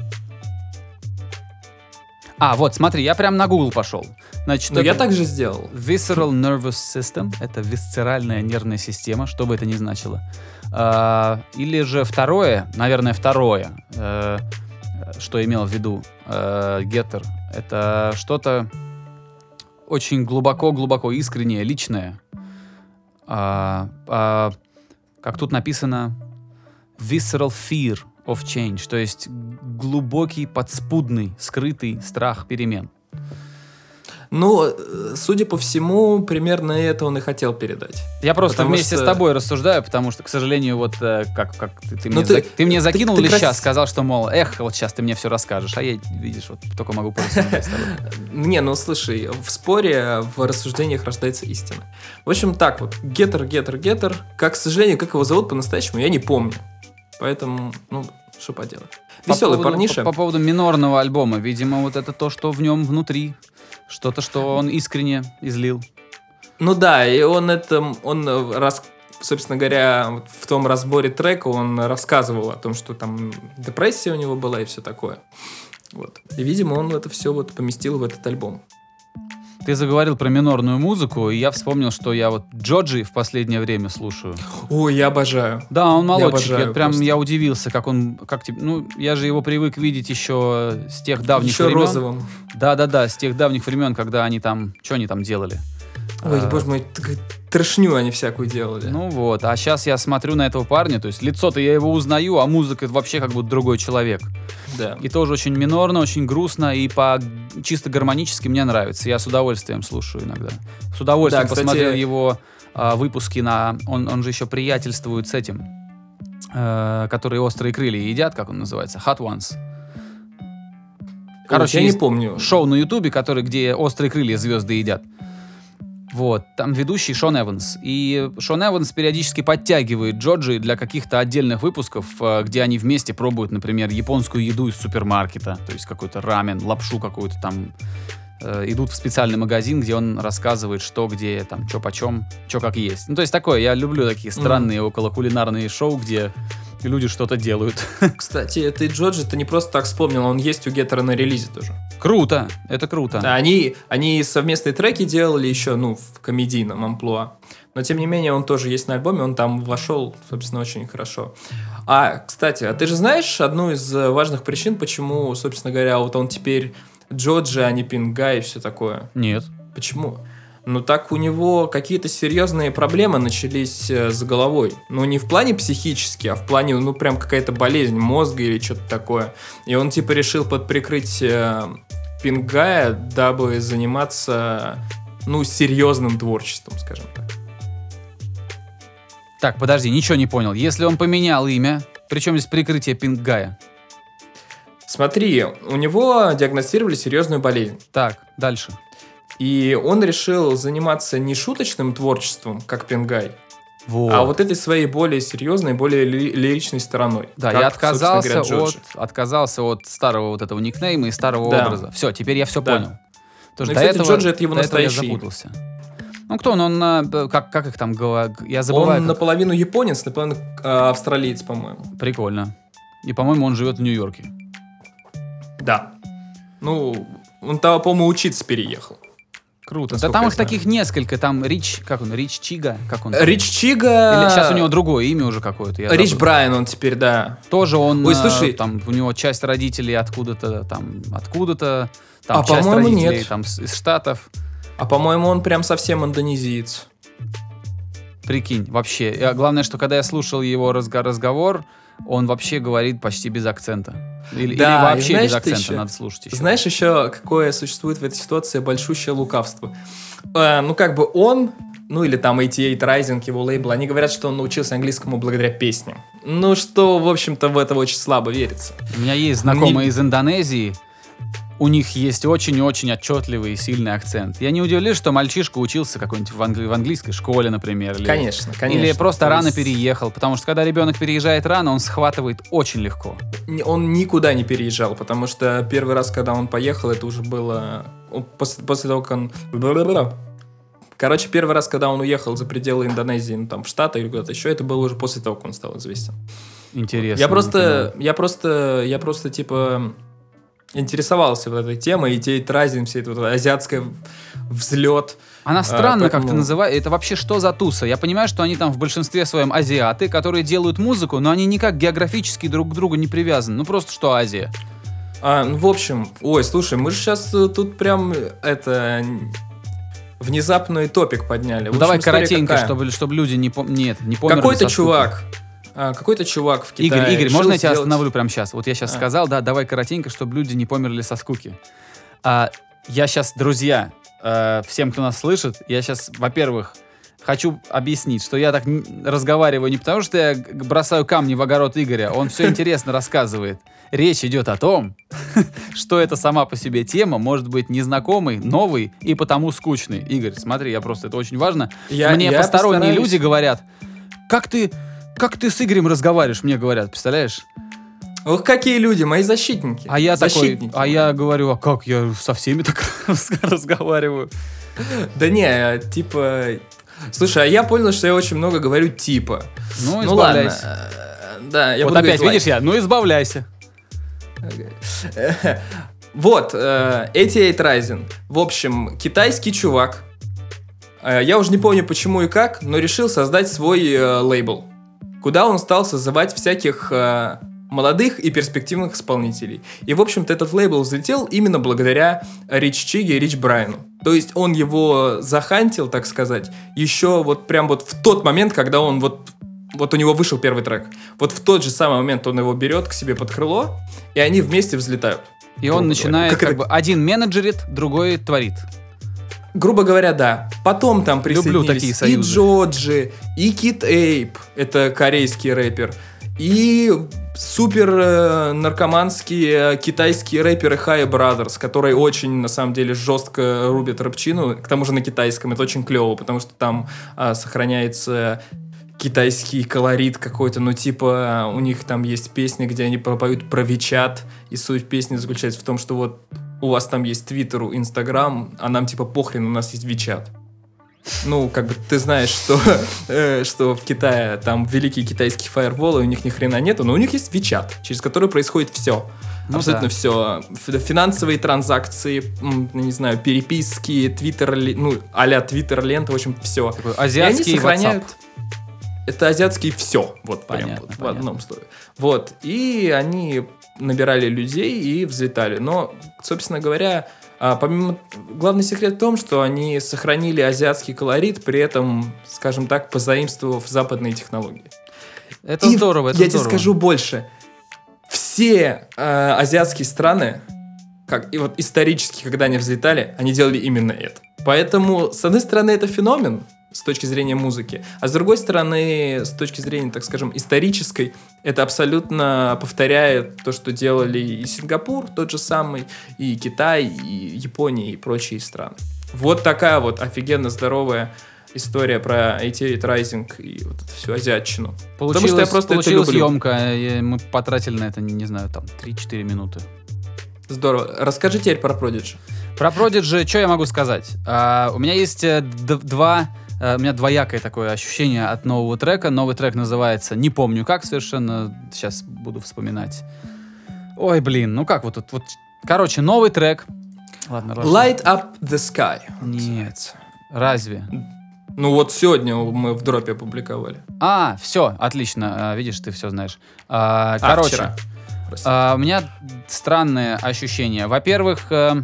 А, вот, смотри, я прям на Google пошел. Значит, Но я это так же сделал. Visceral Nervous System — это висцеральная нервная система, что бы это ни значило. А, или же второе, наверное, второе, э, что имел в виду э, Геттер, это что-то очень глубоко-глубоко искреннее, личное. А, а, как тут написано, visceral fear of change, то есть глубокий, подспудный, скрытый страх перемен. Ну, судя по всему, примерно это он и хотел передать. Я просто Потому вместе что- с тобой рассуждаю, потому что, к сожалению, вот э, как, как ты, ты, Ну мне, ты- за- ты мне закинул ты- ты леща, крас- сказал, что, мол, эх, вот сейчас ты мне все расскажешь, а я, видишь, вот только могу порассуждать с тобой. Не, ну слушай, в споре, в рассуждениях рождается истина. В общем, так вот, Геттер, Геттер, Геттер. Как, к сожалению, как его зовут по-настоящему, я не помню. Поэтому, ну, что поделать. По Веселый поводу- парниша. По, по поводу минорного альбома, видимо, вот это то, что в нем внутри, что-то, что он искренне излил. Ну да, и он это, он, э, рас, собственно говоря, вот в том разборе трека он рассказывал о том, что там депрессия у него была и все такое. Вот. И, видимо, он это все вот поместил в этот альбом. Ты заговорил про минорную музыку, и я вспомнил, что я вот Джоджи в последнее время слушаю. Ой, я обожаю. Да, он молодчик. обожаю Я прям просто. я удивился, как он, как тебе, ну я же его привык видеть еще с тех давних Еще времен. розовым. Да, да, да, с тех давних времен, когда они там, что они там делали? Ой, А, боже мой, так- трешню они всякую делали. Ну вот, а сейчас я смотрю на этого парня, то есть лицо-то я его узнаю, а музыка это вообще как будто другой человек. Да. И тоже очень минорно, очень грустно, и по чисто гармонически мне нравится. Я с удовольствием слушаю иногда. С удовольствием Да, кстати- посмотрел его а, выпуски на... Он, он же еще приятельствует с этим, э, которые острые крылья едят, как он называется, Hot Ones. Короче, я есть не помню. шоу на Ютубе, который, где острые крылья звезды едят. Вот, там ведущий Шон Эванс. И Шон Эванс периодически подтягивает Джоджи для каких-то отдельных выпусков, э, где они вместе пробуют, например, японскую еду из супермаркета, то есть какой-то рамен, лапшу какую-то там. Э, идут в специальный магазин, где он рассказывает, что, где, там, что почем, что как есть. Ну, то есть такое, я люблю такие странные околокулинарные шоу, где люди что-то делают. Кстати, ты Джоджи, ты не просто так вспомнил, он есть у Геттера на релизе тоже. Круто, это круто. Да, они, они совместные треки делали еще, ну, в комедийном амплуа. Но, тем не менее, он тоже есть на альбоме, он там вошел, собственно, очень хорошо. А, кстати, а ты же знаешь одну из э, важных причин, почему, собственно говоря, вот он теперь Джоджи, а не Пингай и все такое? Нет. Почему? Ну, так у него какие-то серьезные проблемы начались э, с головой. Ну, не в плане психически, а в плане, ну, прям какая-то болезнь мозга или что-то такое. И он, типа, решил под прикрытие Пингая, дабы заниматься, ну, серьезным творчеством, скажем так. Так, подожди, ничего не понял. Если он поменял имя, причем здесь прикрытие Пингая? Смотри, у него диагностировали серьезную болезнь. Так, дальше. И он решил заниматься не шуточным творчеством, как Пингай, Вот. а вот этой своей более серьезной, более ли- лиричной стороной. Да, как, я собственно отказался говоря, от, Джоджи. отказался от старого вот этого никнейма и старого Да. образа. Все, теперь я все Да. понял. Потому Ну что и, до кстати, этого, Джоджи — это его до этого я настоящее имя. запутался. Ну, кто он? Он, э, как, как их там говорят? Я забываю. Он как... наполовину японец, наполовину э, австралиец, по-моему. Прикольно. И, по-моему, он живет в Нью-Йорке. Да. Ну, он там, по-моему, учиться переехал. Круто. Да Насколько там я их знаю. таких несколько. Там Рич, как он, Рич Чига? Как он? Рич Чига... Или сейчас у него другое имя уже какое-то. я Рич забыл. Брайан он теперь, да. Тоже он, Ой, э, слушай. там, у него часть родителей откуда-то, там, откуда-то, там, А, часть по-моему, родителей, нет. там, с- из Штатов. А по-моему, он прям совсем индонезиец. Прикинь, вообще. И, а, главное, что когда я слушал его разго- разговор, он вообще говорит почти без акцента. Или, Да, или и вообще знаешь, без ты акцента, еще- надо слушать еще. Знаешь еще, какое существует в этой ситуации большущее лукавство? Э, ну, как бы он, ну, или там восемьдесят восемь Rising, его лейбл, они говорят, что он научился английскому благодаря песням. Ну, что, в общем-то, в это очень слабо верится. У меня есть знакомые Не- из Индонезии, у них есть очень-очень отчетливый и сильный акцент. Я не удивлюсь, что мальчишка учился какой-нибудь в, англи- в английской школе, например. Или, Конечно, конечно. или просто То рано есть переехал, потому что когда ребенок переезжает рано, он схватывает очень легко. н- Он никуда не переезжал, потому что первый раз, когда он поехал, это уже было... он После, после того, как он... Короче, первый раз, когда он уехал за пределы Индонезии, ну, там, в Штаты или куда-то еще, это было уже после того, как он стал известен. Интересно. Я просто, я просто, я просто, типа, интересовался вот этой темой, и те Rising, все это вот азиатское взлет. Она странно поэтому- как-то называет. Это вообще что за туса? Я понимаю, что они там в большинстве своем азиаты, которые делают музыку, но они никак географически друг к другу не привязаны. Ну просто что Азия. А, ну, в общем, ой, слушай, мы же сейчас тут прям, это, внезапный топик подняли. В Ну, давай общем, история коротенько, какая? чтобы, чтобы люди не, пом- нет, не померли Какой-то со скуки. чувак, а, какой-то чувак в Китае Игорь, Игорь, решил можно я тебя сделать- остановлю прямо сейчас? Вот я сейчас А. сказал, да, давай коротенько, чтобы люди не померли со скуки. А, я сейчас, друзья, э, всем, кто нас слышит, я сейчас, во-первых, хочу объяснить, что я так н- разговариваю не потому, что я г- бросаю камни в огород Игоря, он все интересно рассказывает. Речь идет о том, что это сама по себе тема может быть незнакомой, новой и потому скучной. Игорь, смотри, я просто, это очень важно. Я- Мне я посторонние постараюсь. люди говорят, как ты, как ты с Игорем разговариваешь, мне говорят, представляешь? Ох, какие люди, мои защитники. А я такой, Защитники. а я говорю, а как я со всеми так разговариваю? Да не, типа... Слушай, а я понял, что я очень много говорю типа. Ну, Ну ладно. избавляйся. э, Да, я Вот буду опять, говорить видишь, я, ну избавляйся. лайк. Вот, э, восемьдесят восемь Rising. В общем, китайский чувак. Э, Я уже не помню почему и как, но решил создать свой э, лейбл, куда он стал созывать всяких э, молодых и перспективных исполнителей. И, в общем-то, этот лейбл взлетел именно благодаря Рич Чиге и Рич Брайану. То есть он его захантил, так сказать, еще вот прям вот в тот момент, когда он вот вот у него вышел первый трек. Вот в тот же самый момент он его берет к себе под крыло, и они вместе взлетают. И он Грубо начинает, говоря. как, Как бы, один менеджерит, другой творит. Грубо говоря, да. Потом там Люблю такие присоединились и союзы. Джоджи, и Кит Эйп, это корейский рэпер, и супер э, наркоманские э, китайские рэперы High Brothers, которые очень, на самом деле, жестко рубят рэпчину, к тому же на китайском. Это очень клево, потому что там а, сохраняется китайский колорит какой-то, ну типа у них там есть песни, где они пропоют про Вичат, и суть песни заключается в том, что вот у вас там есть Твиттер, Инстаграм, а нам типа похрен, у нас есть Вичат. Ну, как бы ты знаешь, что, э, что в Китае там великие китайские фаерволы, у них ни хрена нету, но у них есть Вичат, через который происходит все. Ну Абсолютно да. все. Ф- Финансовые транзакции, м, не знаю, переписки, твиттер, ну, а-ля твиттер лента, в общем, все. Такой И они азиатский сохраняют... WhatsApp. Это азиатский все, вот прям Понятно, вот, в понятно. одном слове. Вот, и они набирали людей и взлетали. Но, собственно говоря, а, помимо... Главный секрет в том, что они сохранили азиатский колорит, при этом, скажем так, позаимствовав западные технологии. Это И здорово, это я здорово. тебе скажу больше. Все э, азиатские страны, как и вот исторически, когда они взлетали, они делали именно это. Поэтому, с одной стороны, это феномен с точки зрения музыки, а с другой стороны, с точки зрения, так скажем, исторической, это абсолютно повторяет то, что делали и Сингапур, тот же самый, и Китай, и Япония, и прочие страны. Вот такая вот офигенно здоровая история про восемьдесят восемь Rising и вот эту всю азиатчину. Получилось, Потому что я просто это получилась люблю. емко, и мы потратили на это, не знаю, там, три-четыре минуты. Здорово. Расскажи теперь про Prodigy. Про Prodigy, что я могу сказать? А, у меня есть э, д- два... э, У меня двоякое такое ощущение от нового трека. Новый трек называется «Не помню как» совершенно. Сейчас буду вспоминать. Ой, блин, ну как вот тут вот... Короче, новый трек. Ладно, ладно. Light Up the Sky. Нет. Разве? Ну вот сегодня мы в дропе опубликовали. А, все, отлично. А, видишь, ты все знаешь. А, А, короче, вчера. Простите. а, у меня странные ощущения. Во-первых, э,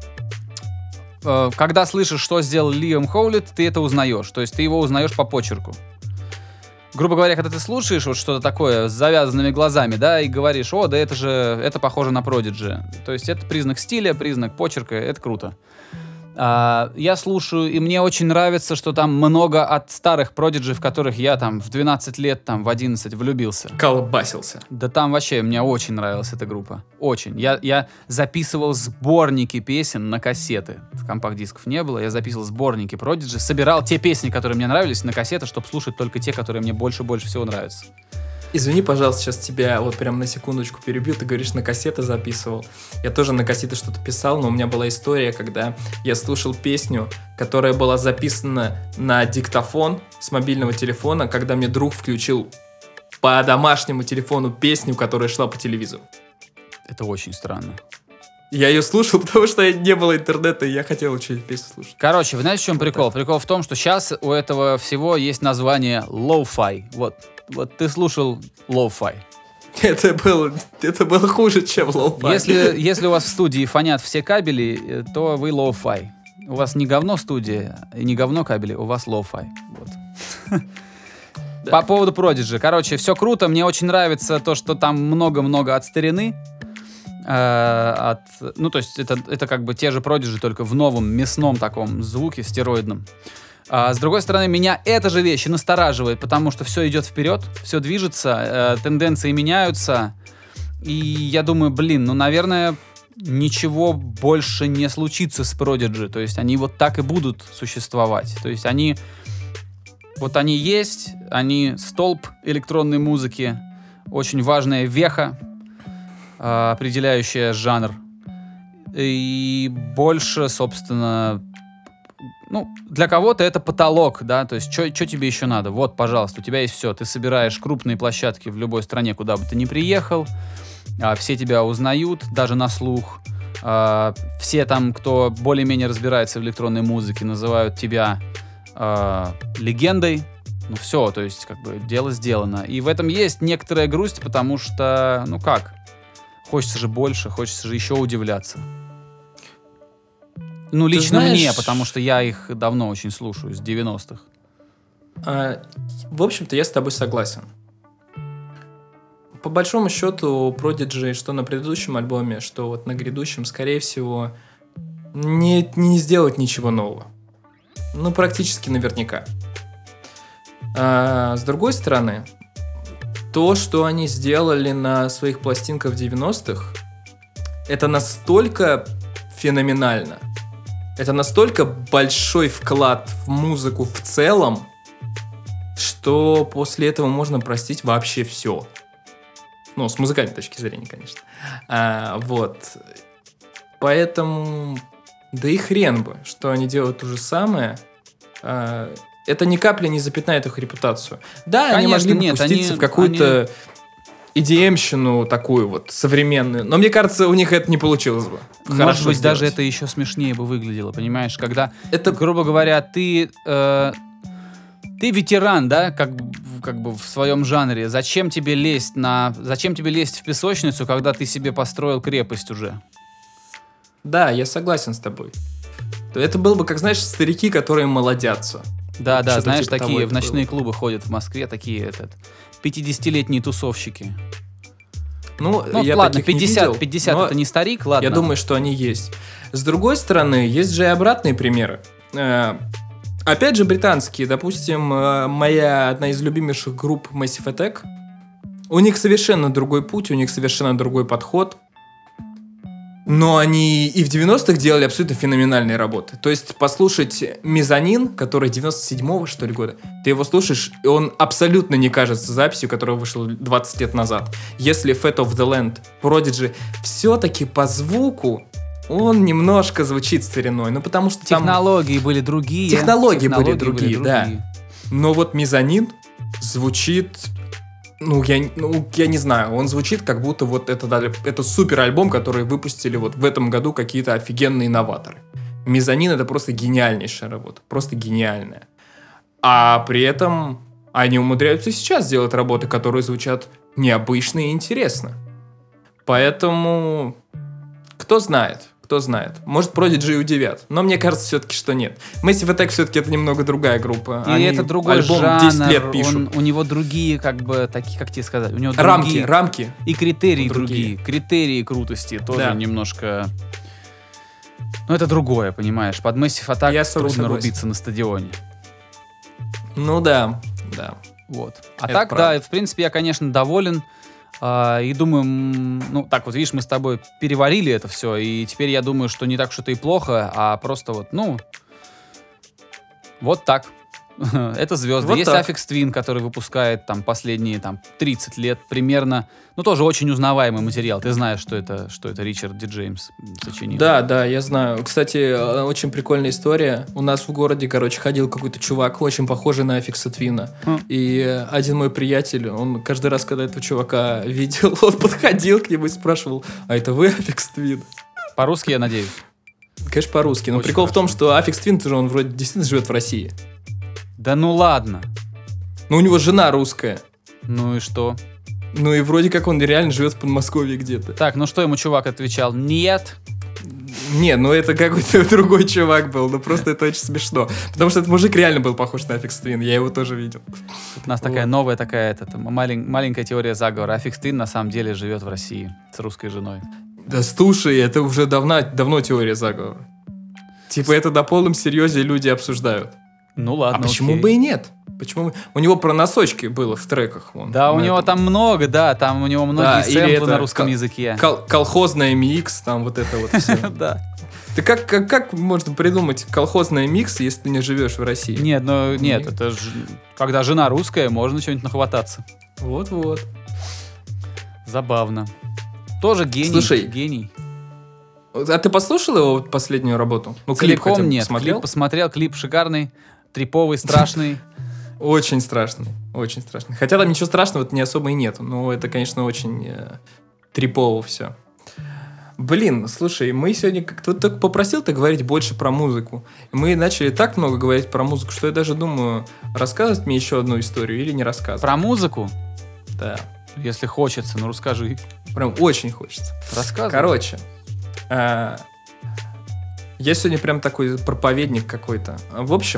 э, когда слышишь, что сделал Лиам Хоулит, ты это узнаешь. То есть ты его узнаешь по почерку. Грубо говоря, когда ты слушаешь вот что-то такое с завязанными глазами, да, и говоришь, о, да это же, это похоже на Prodigy. То есть это признак стиля, признак почерка, это круто. А, я слушаю, и мне очень нравится, что там много от старых Prodigy, в которых я там в двенадцать лет, там в одиннадцать влюбился. Колбасился. Да там вообще мне очень нравилась эта группа. Очень. Я, я записывал сборники песен на кассеты. Компакт-дисков не было. Я записывал сборники Prodigy, собирал те песни, которые мне нравились, на кассеты, чтобы слушать только те, которые мне больше-больше всего нравятся. Извини, пожалуйста, сейчас тебя вот прям на секундочку перебью. Ты говоришь, на кассеты записывал. Я тоже на кассеты что-то писал, но у меня была история, когда я слушал песню, которая была записана на диктофон с мобильного телефона, когда мне друг включил по домашнему телефону песню, которая шла по телевизору. Это очень странно. Я ее слушал, потому что не было интернета, и я хотел учить песню слушать. Короче, вы знаете, в чем прикол? Прикол в том, что сейчас у этого всего есть название лоу-фай. Вот, вот ты слушал лоу-фай. Это было, это было хуже, чем лоу-фай. Если, если у вас в студии фонят все кабели, то вы лоу-фай. У вас не говно студия и не говно кабели, у вас лоу-фай. Вот. По поводу Prodigy. Короче, все круто. Мне очень нравится то, что там много-много от старины. Э, от, ну, то есть это, это как бы те же Prodigy, только в новом мясном таком звуке, стероидном. А, с другой стороны, меня эта же вещь настораживает, потому что все идет вперед, все движется, э, тенденции меняются. И я думаю, блин, ну, наверное, ничего больше не случится с Prodigy. То есть они вот так и будут существовать. То есть они... Вот они есть, они столб электронной музыки, очень важная веха, определяющая жанр. И больше, собственно, ну, для кого-то это потолок, да, то есть что тебе еще надо? Вот, пожалуйста, у тебя есть все. Ты собираешь крупные площадки в любой стране, куда бы ты ни приехал, все тебя узнают, даже на слух. Все там, кто более-менее разбирается в электронной музыке, называют тебя легендой. Ну все, то есть как бы дело сделано. И в этом есть некоторая грусть, потому что, ну как, хочется же больше, хочется же еще удивляться. Ну, Ты лично знаешь, мне, потому что я их давно очень слушаю, с девяностых. А, в общем-то, я с тобой согласен. По большому счету, Prodigy, что на предыдущем альбоме, что вот на грядущем, скорее всего, не, не сделать ничего нового. Ну, практически наверняка. А, с другой стороны, то, что они сделали на своих пластинках в девяностых, это настолько феноменально. Это настолько большой вклад в музыку в целом, что после этого можно простить вообще все. Ну, с музыкальной точки зрения, конечно. А, вот. Поэтому... Да и хрен бы, что они делают то же самое. А, это ни капли не запятнает их репутацию. Да, Конечно, они могли бы нет, пуститься они- в какую-то они- и ди эм-щину такую вот, современную. Но мне кажется, у них это не получилось бы. Может Хорошо быть, даже сделать. это еще смешнее бы выглядело, понимаешь? Когда, Это- грубо говоря, ты... э, Ты ветеран, да, как, бы- как бы в своем жанре. Зачем тебе лезть на... Зачем тебе лезть в песочницу, когда ты себе построил крепость уже? Да, я согласен с тобой. То Это было бы, как, знаешь, старики, которые молодятся. Да, да, Что-то знаешь, типа того такие это в ночные было. клубы ходят в Москве, такие этот, пятидесятилетние тусовщики. Ну, Ну, я ладно, таких не пятьдесят, видел, пятьдесят но это не старик, ладно. Я думаю, что они есть. С другой стороны, есть же и обратные примеры. Э, Опять же, британские. Допустим, э, моя одна из любимейших групп Massive Attack. У них совершенно другой путь, у них совершенно другой подход. Но они и в девяностых делали абсолютно феноменальные работы. То есть послушать «Мезонин», который девяносто седьмого, что ли, года, ты его слушаешь, и он абсолютно не кажется записью, которая вышла двадцать лет назад. Если «Fate of the Land», Prodigy, все-таки по звуку он немножко звучит стариной, ну потому что там... Технологии были другие. Технологии, Технологии были другие, были да. другие. Но вот «Мезонин» звучит... Ну я, ну, я не знаю, он звучит как будто вот это, это супер альбом, который выпустили вот в этом году какие-то офигенные инноваторы. «Мезонин» — это просто гениальнейшая работа, просто гениальная. А при этом они умудряются сейчас делать работы, которые звучат необычно и интересно. Поэтому кто знает, кто знает. Может, Prodigy удивят. Но мне кажется все-таки, что нет. Massive Attack все-таки это немного другая группа. И Они это другой альбом жанр. десять лет пишут. Он, у него другие, как бы, такие, как тебе сказать, у него Рамки, другие. рамки. И критерии другие. другие. Критерии крутости тоже Да. немножко... Ну, это другое, понимаешь. Под Massive Attack Я с тобой трудно согласен. рубиться на стадионе. Ну да, да. Вот. А Это так, правда. да, в принципе, я, конечно, доволен. а, и думаю, м, ну, так вот, видишь, мы с тобой переварили это все, и теперь я думаю, что не так что-то и плохо, а просто вот, ну, вот так. Это звезды. Вот Есть так. Aphex Twin, который выпускает там последние там тридцать лет примерно. Ну, тоже очень узнаваемый материал. Ты знаешь, что это, что это Ричард Ди Джеймс сочинил. Да, да, я знаю. Кстати, э, очень прикольная история. У нас в городе, короче, ходил какой-то чувак, очень похожий на Aphex Twin. Хм. И э, один мой приятель, он каждый раз, когда этого чувака видел, он подходил к нему и спрашивал: а это вы Aphex Twin? По-русски, я надеюсь. Конечно, по-русски. Но Очень прикол в том, хорошо. что Aphex Twin, же он вроде действительно живет в России. Да ну ладно. Но у него жена русская. Ну и что? Ну и вроде как он реально живет в Подмосковье где-то. Так, ну что ему чувак отвечал? Нет. Не, ну это какой-то другой чувак был. Ну просто это очень смешно. Потому что этот мужик реально был похож на Aphex Twin. Я его тоже видел. У нас такая Вот. новая такая это, там, малень- маленькая теория заговора. Aphex Twin на самом деле живет в России с русской женой. Да слушай, это уже давно, давно теория заговора. Типа это на полном серьезе люди обсуждают. Ну ладно, А почему окей. бы и нет? Почему бы- У него про носочки было в треках. Вон, Да, у на него этом. там много, да, там у него многие Да, или сэмплы это на русском кол- языке. Кол- колхозная микс, там вот это вот все. Да. Ты как, как, как можно придумать колхозный микс, если ты не живешь в России? Нет, ну нет, Нет. это ж... когда жена русская, можно что-нибудь нахвататься. Вот-вот. Забавно. Тоже гений. Слушай, гений. А ты послушал его последнюю работу? Ну, клип Целиком хотя бы нет. посмотрел? Клип посмотрел, клип шикарный, триповый, страшный. Очень страшный, очень страшный. Хотя там ничего страшного не особо и нет. Но это, конечно, очень э, трипово все. Блин, слушай, мы сегодня как-то только попросил ты говорить больше про музыку. Мы начали так много говорить про музыку, что я даже думаю, рассказывать мне еще одну историю или не рассказывать. Про музыку, Да, если хочется, ну расскажи. прям очень хочется. Рассказывай. Короче, а, я сегодня прям такой проповедник какой-то. В общем,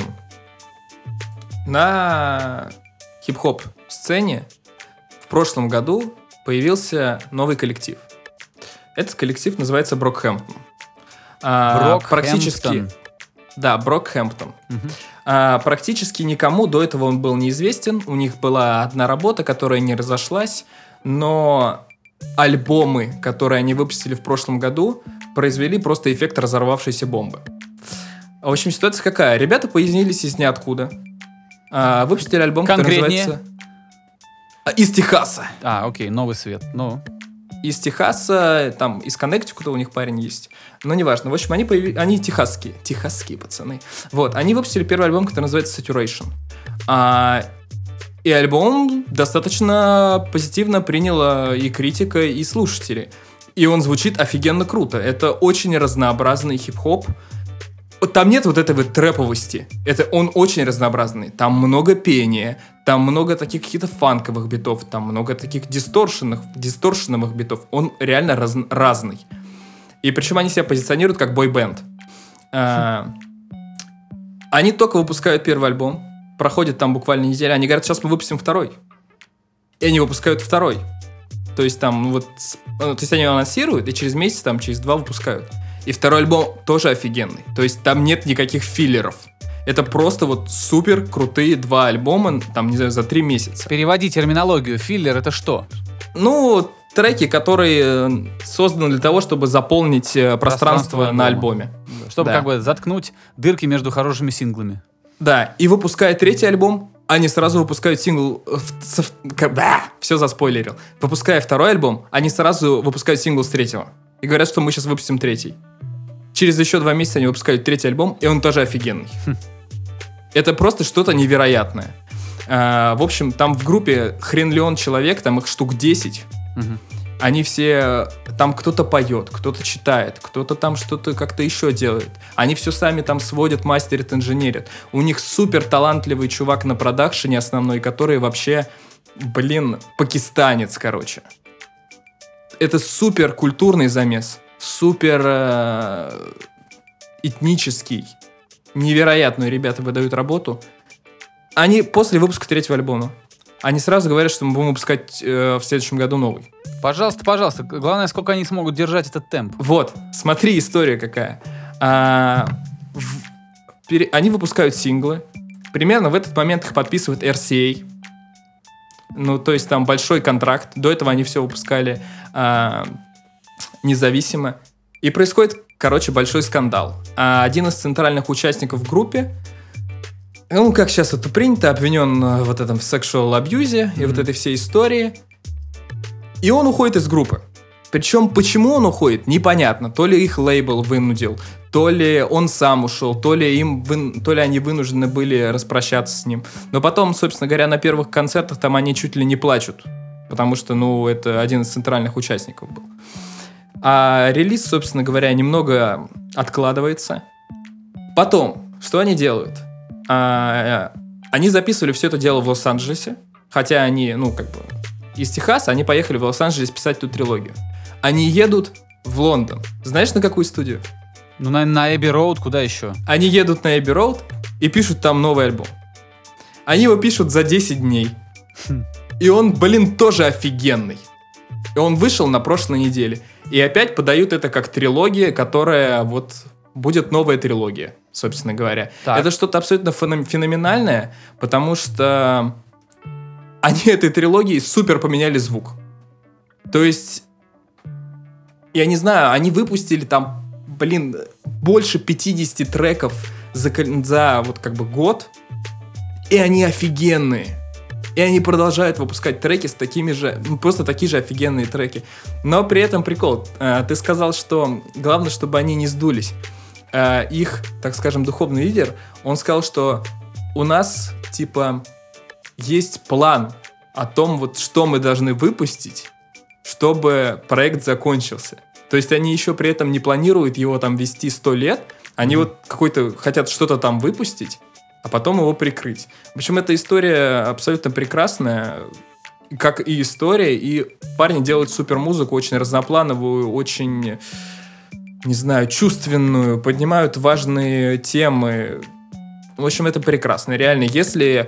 на хип-хоп сцене в прошлом году появился новый коллектив. Этот коллектив называется Брокхэмптон. А, практически, Брокхэмптон. да, Брокхэмптон. Мгм. А, практически никому до этого он был неизвестен. У них была одна работа, которая не разошлась, но альбомы, которые они выпустили в прошлом году, произвели просто эффект разорвавшейся бомбы. В общем, ситуация какая? Ребята появились из ниоткуда. А, выпустили альбом, который Конкретнее? называется... А, Из Техаса. А, окей, новый свет. Ну, Из Техаса, там, из Коннектикута у них парень есть. Но неважно. В общем, они, появи... они техасские. Техасские пацаны. Вот, они выпустили первый альбом, который называется Saturation. А, и альбом достаточно позитивно приняла и критика, и слушатели. И он звучит офигенно круто. Это очень разнообразный хип-хоп. Там нет вот этой вот трэповости. Это он очень разнообразный. Там много пения, там много таких каких-то фанковых битов, там много таких дисторшенных, дисторшеновых битов. Он реально раз- разный. И причем они себя позиционируют как бойбенд. А, Они только выпускают первый альбом, проходит там буквально неделя, они говорят, сейчас мы выпустим второй. И они выпускают второй. То есть там ну, вот, с- ну, то есть они анонсируют, и через месяц, там, через два выпускают. И второй альбом тоже офигенный. То есть там нет никаких филлеров. Это просто вот супер крутые два альбома, там, не знаю, за три месяца. переводи терминологию. Филлер — это что? Ну, треки, которые э, созданы для того, чтобы заполнить э, пространство, Пространство на альбома. альбоме. Чтобы Да. как бы заткнуть дырки между хорошими синглами. Да, и выпуская третий альбом, они сразу выпускают сингл... э, в- с- в- как- да, все заспойлерил. Выпуская второй альбом, они сразу выпускают сингл с третьего. И говорят, что мы сейчас выпустим третий. Через еще два месяца они выпускают третий альбом, и он тоже офигенный. Это просто что-то невероятное. А, в общем, там в группе хрен ли он человек, там их штук десять. Мгм. Они все... Там кто-то поет, кто-то читает, кто-то там что-то как-то еще делает. Они все сами там сводят, мастерят, инженерят. У них супер талантливый чувак на продакшене основной, который вообще, блин, пакистанец, короче. Это супер культурный замес. Супер э, этнический. Невероятную ребята выдают работу. Они после выпуска третьего альбома, они сразу говорят, что мы будем выпускать э, в следующем году новый. Пожалуйста, пожалуйста. Главное, сколько они смогут держать этот темп. Вот, смотри, история какая. А, в- пере- они выпускают синглы. Примерно в этот момент их подписывает эр си эй. Ну, то есть там большой контракт. До этого они все выпускали а, независимо. И происходит, короче, большой скандал. А один из центральных участников в группе, ну, как сейчас это принято, обвинен э, вот этом в sexual абьюзе и Мгм. вот этой всей истории. И он уходит из группы. Причем, почему он уходит, непонятно. То ли их лейбл вынудил, то ли он сам ушел, то ли, им вын- то ли они вынуждены были распрощаться с ним. Но потом, собственно говоря, на первых концертах там они чуть ли не плачут. Потому что, ну, это один из центральных участников был. А релиз, собственно говоря, немного откладывается. Потом, что они делают? А, они записывали все это дело в Лос-Анджелесе. Хотя они, ну, как бы, из Техаса, они поехали в Лос-Анджелес писать ту трилогию. Они едут в Лондон. Знаешь, на какую студию? Ну, на, на Эбби Роуд куда еще? Они едут на Эбби Роуд и пишут там новый альбом. Они его пишут за десять дней. Хм. И он, блин, тоже офигенный. И он вышел на прошлой неделе. И опять подают это как трилогия, которая вот будет новая трилогия, собственно говоря. Так. Это что-то абсолютно феном- феноменальное, потому что они этой трилогии супер поменяли звук. То есть, я не знаю, они выпустили там, блин, больше пятьдесят треков за, кал- за вот как бы год, и они офигенные. И они продолжают выпускать треки с такими же, ну, просто такие же офигенные треки. Но при этом прикол. Э, Ты сказал, что главное, чтобы они не сдулись. Э, Их, так скажем, духовный лидер, он сказал, что у нас, типа, есть план о том, вот что мы должны выпустить, чтобы проект закончился. То есть они еще при этом не планируют его там вести сто лет, они вот какой-то хотят что-то там выпустить, а потом его прикрыть. В общем, эта история абсолютно прекрасная, как и история, и парни делают супер музыку, очень разноплановую, очень, не знаю, чувственную, поднимают важные темы. В общем, это прекрасно. Реально, если,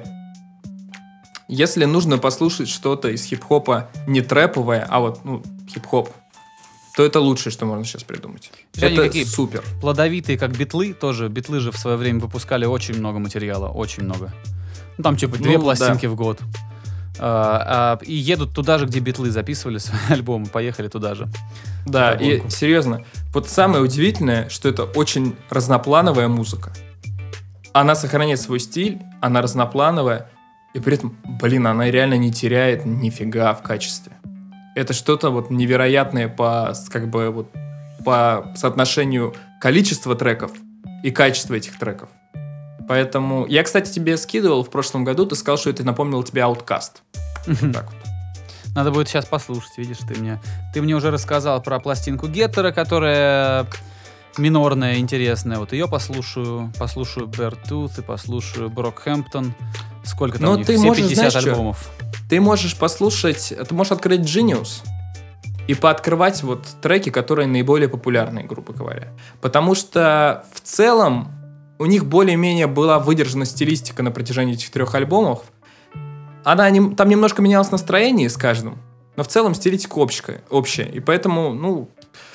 если нужно послушать что-то из хип-хопа не трэповое, а вот ну, хип-хоп, то это лучшее, что можно сейчас придумать. Они это какие? супер. Плодовитые, как битлы, тоже. Битлы же в свое время выпускали очень много материала, очень много. Ну, там типа две Ну, пластинки в год. А, а, и едут туда же, где битлы записывали свои альбомы. Поехали туда же. Да, в и гонку. серьезно, вот самое удивительное, что это очень разноплановая музыка. Она сохраняет свой стиль, она разноплановая, и при этом, блин, она реально не теряет нифига в качестве. Это что-то вот невероятное по, с- как бы, вот, по соотношению количества треков и качества этих треков. Поэтому... Я, кстати, тебе скидывал в прошлом году, ты сказал, что это напомнило тебе Outkast. Вот так вот. Надо будет сейчас послушать, видишь, ты мне... Ты мне уже рассказал про пластинку Геттера, которая минорная, интересная. Вот ее послушаю. Послушаю Beartooth и послушаю Брокхэмптон. Сколько там Ну, у них? ты Все можешь, пятьдесят знаешь, что? альбомов. Ты можешь послушать, ты можешь открыть Genius и пооткрывать вот треки, которые наиболее популярные, грубо говоря. Потому что в целом у них более-менее была выдержана стилистика на протяжении этих трех альбомов. Она не- там немножко менялось настроение с каждым, но в целом стилистика общая, общая. И поэтому, ну,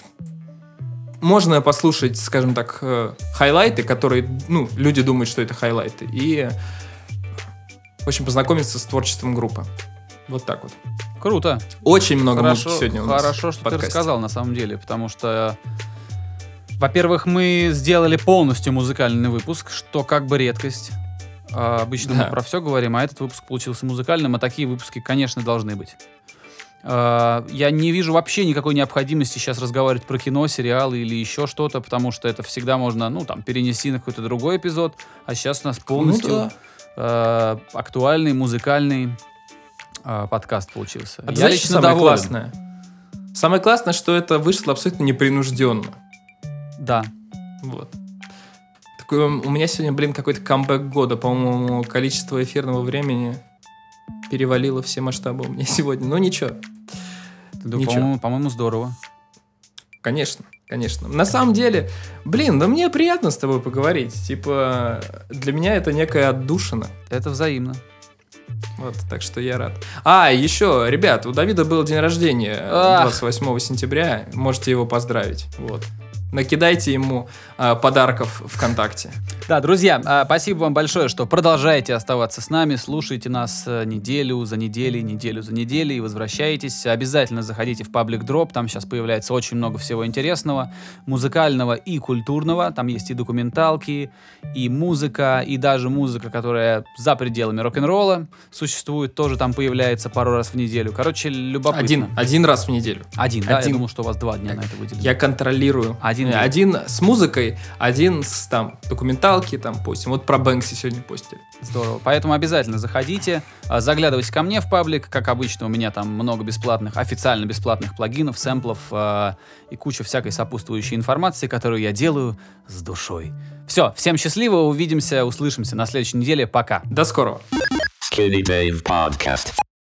можно послушать, скажем так, э, хайлайты, которые, ну, люди думают, что это хайлайты, и, в общем, познакомиться с творчеством группы. Вот так вот. Круто. Очень много Хорошо, музыки сегодня у нас хорошо, в что ты подкасте. рассказал, на самом деле, потому что, во-первых, мы сделали полностью музыкальный выпуск, что как бы редкость. А, обычно Да. мы про все говорим, а этот выпуск получился музыкальным, а такие выпуски, конечно, должны быть. Э, я не вижу вообще никакой необходимости сейчас разговаривать про кино, сериалы или еще что-то, потому что это всегда можно, ну, там, перенести на какой-то другой эпизод. А сейчас у нас полностью Ну да. э, актуальный музыкальный э, подкаст получился. А ты Я знаешь, лично что самое доволен. классное? Самое классное, что это вышло абсолютно непринужденно. Да. Вот. Такое, у меня сегодня, блин, какой-то камбэк года. По-моему, количество эфирного времени перевалило все масштабы у меня сегодня. Ну, ничего. Да, Ничего. по-моему, по-моему, здорово. Конечно, конечно. На самом деле, блин, да мне приятно с тобой поговорить. Типа, для меня это некая отдушина. Это взаимно. Вот, так что я рад. А, еще, ребят, у Давида был день рождения Ах. двадцать восьмого сентября. Можете его поздравить. Вот. Накидайте ему а, подарков ВКонтакте. Да, друзья, а, спасибо вам большое, что продолжаете оставаться с нами, слушаете нас э, неделю за неделей, неделю за неделей и возвращаетесь. Обязательно заходите в паблик Drop, там сейчас появляется очень много всего интересного, музыкального и культурного. Там есть и документалки, и музыка, и даже музыка, которая за пределами рок-н-ролла существует, тоже там появляется пару раз в неделю. Короче, любопытно. Один, один раз в неделю. Один, да? Я Один. думал, что у вас два дня на это выделено. Я контролирую. Один Э, день. один с музыкой, один с там документалки, там постим. Вот про Бэнкси сегодня постили. Здорово. Поэтому обязательно заходите, а, заглядывайте ко мне в паблик. Как обычно, у меня там много бесплатных, официально бесплатных плагинов, сэмплов а, и куча всякой сопутствующей информации, которую я делаю с душой. Все, всем счастливо, увидимся, услышимся на следующей неделе. Пока. До скорого. Skinny Dave Podcast.